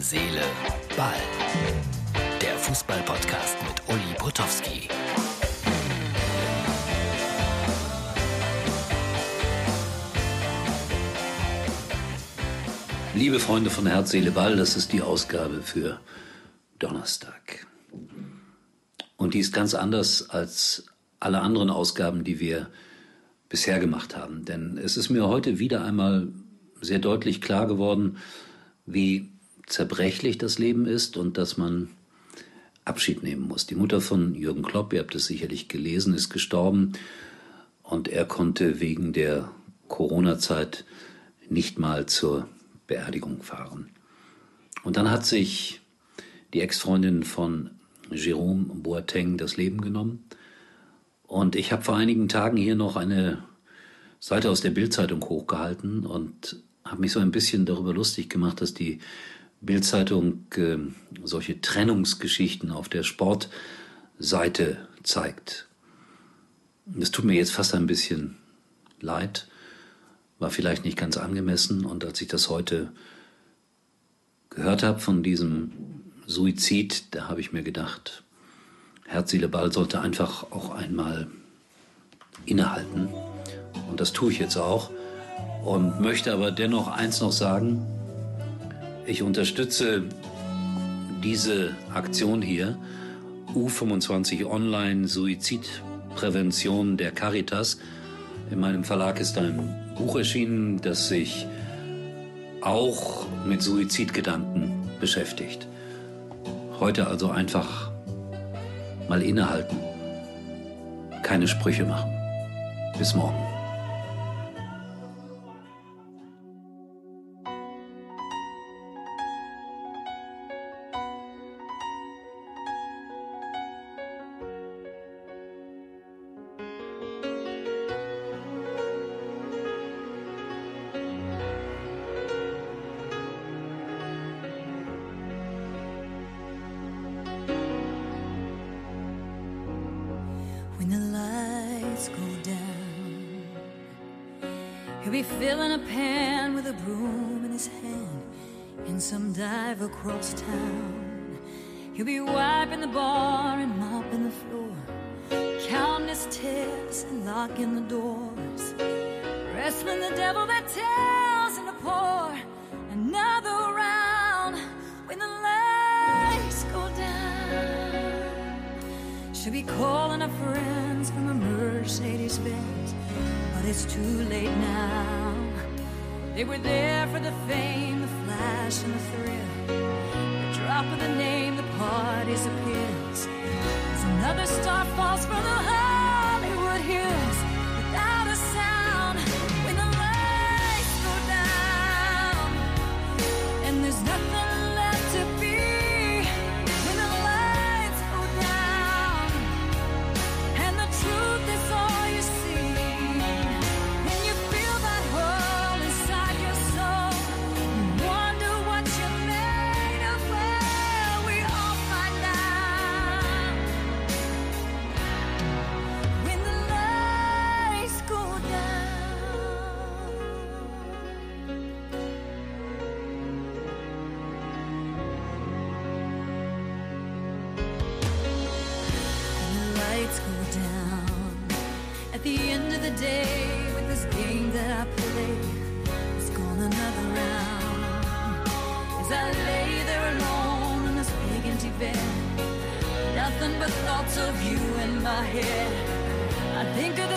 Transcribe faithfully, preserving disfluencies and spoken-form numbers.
Seele, Ball. Der Fußball-Podcast mit Uli Potowski. Liebe Freunde von Herz, Seele, Ball, das ist die Ausgabe für Donnerstag. Und die ist ganz anders als alle anderen Ausgaben, die wir bisher gemacht haben. Denn es ist mir heute wieder einmal sehr deutlich klar geworden, wie zerbrechlich das Leben ist und dass man Abschied nehmen muss. Die Mutter von Jürgen Klopp, ihr habt es sicherlich gelesen, ist gestorben und er konnte wegen der Corona-Zeit nicht mal zur Beerdigung fahren. Und dann hat sich die Ex-Freundin von Jerome Boateng das Leben genommen. Und ich habe vor einigen Tagen hier noch eine Seite aus der Bild-Zeitung hochgehalten und habe mich so ein bisschen darüber lustig gemacht, dass die Bild-Zeitung äh, solche Trennungsgeschichten auf der Sportseite zeigt. Das tut mir jetzt fast ein bisschen leid, war vielleicht nicht ganz angemessen. Und als ich das heute gehört habe von diesem Suizid, da habe ich mir gedacht, Herz, Seele, Ball sollte einfach auch einmal innehalten. Und das tue ich jetzt auch. Und möchte aber dennoch eins noch sagen: Ich unterstütze diese Aktion hier, U fünfundzwanzig Online Suizidprävention der Caritas. In meinem Verlag ist ein Buch erschienen, das sich auch mit Suizidgedanken beschäftigt. Heute also einfach mal innehalten, keine Sprüche machen. Bis morgen. When the lights go down, he'll be filling a pan with a broom in his hand in some dive across town. He'll be wiping the bar and mopping the floor, counting his tips and locking the doors, wrestling the devil that tells him to pour another round. When the lights go down, she'll be calling her friends from a Mercedes-Benz, but it's too late now. They were there for the fame, the flash and the thrill, the drop of the name, the party's appeals. As another star falls from the Hollywood hills without a sound. When the lights go down and there's nothing left to be. When the lights go down and the truth is all you see. When you feel that hole inside your soul, you wonder what you're made of. Well, we all find out when the lights go down. When the lights go down at the end of the day, with this game that I play, it's gone another round. As I lay there alone in this big empty bed, nothing but thoughts of you in my head. I think of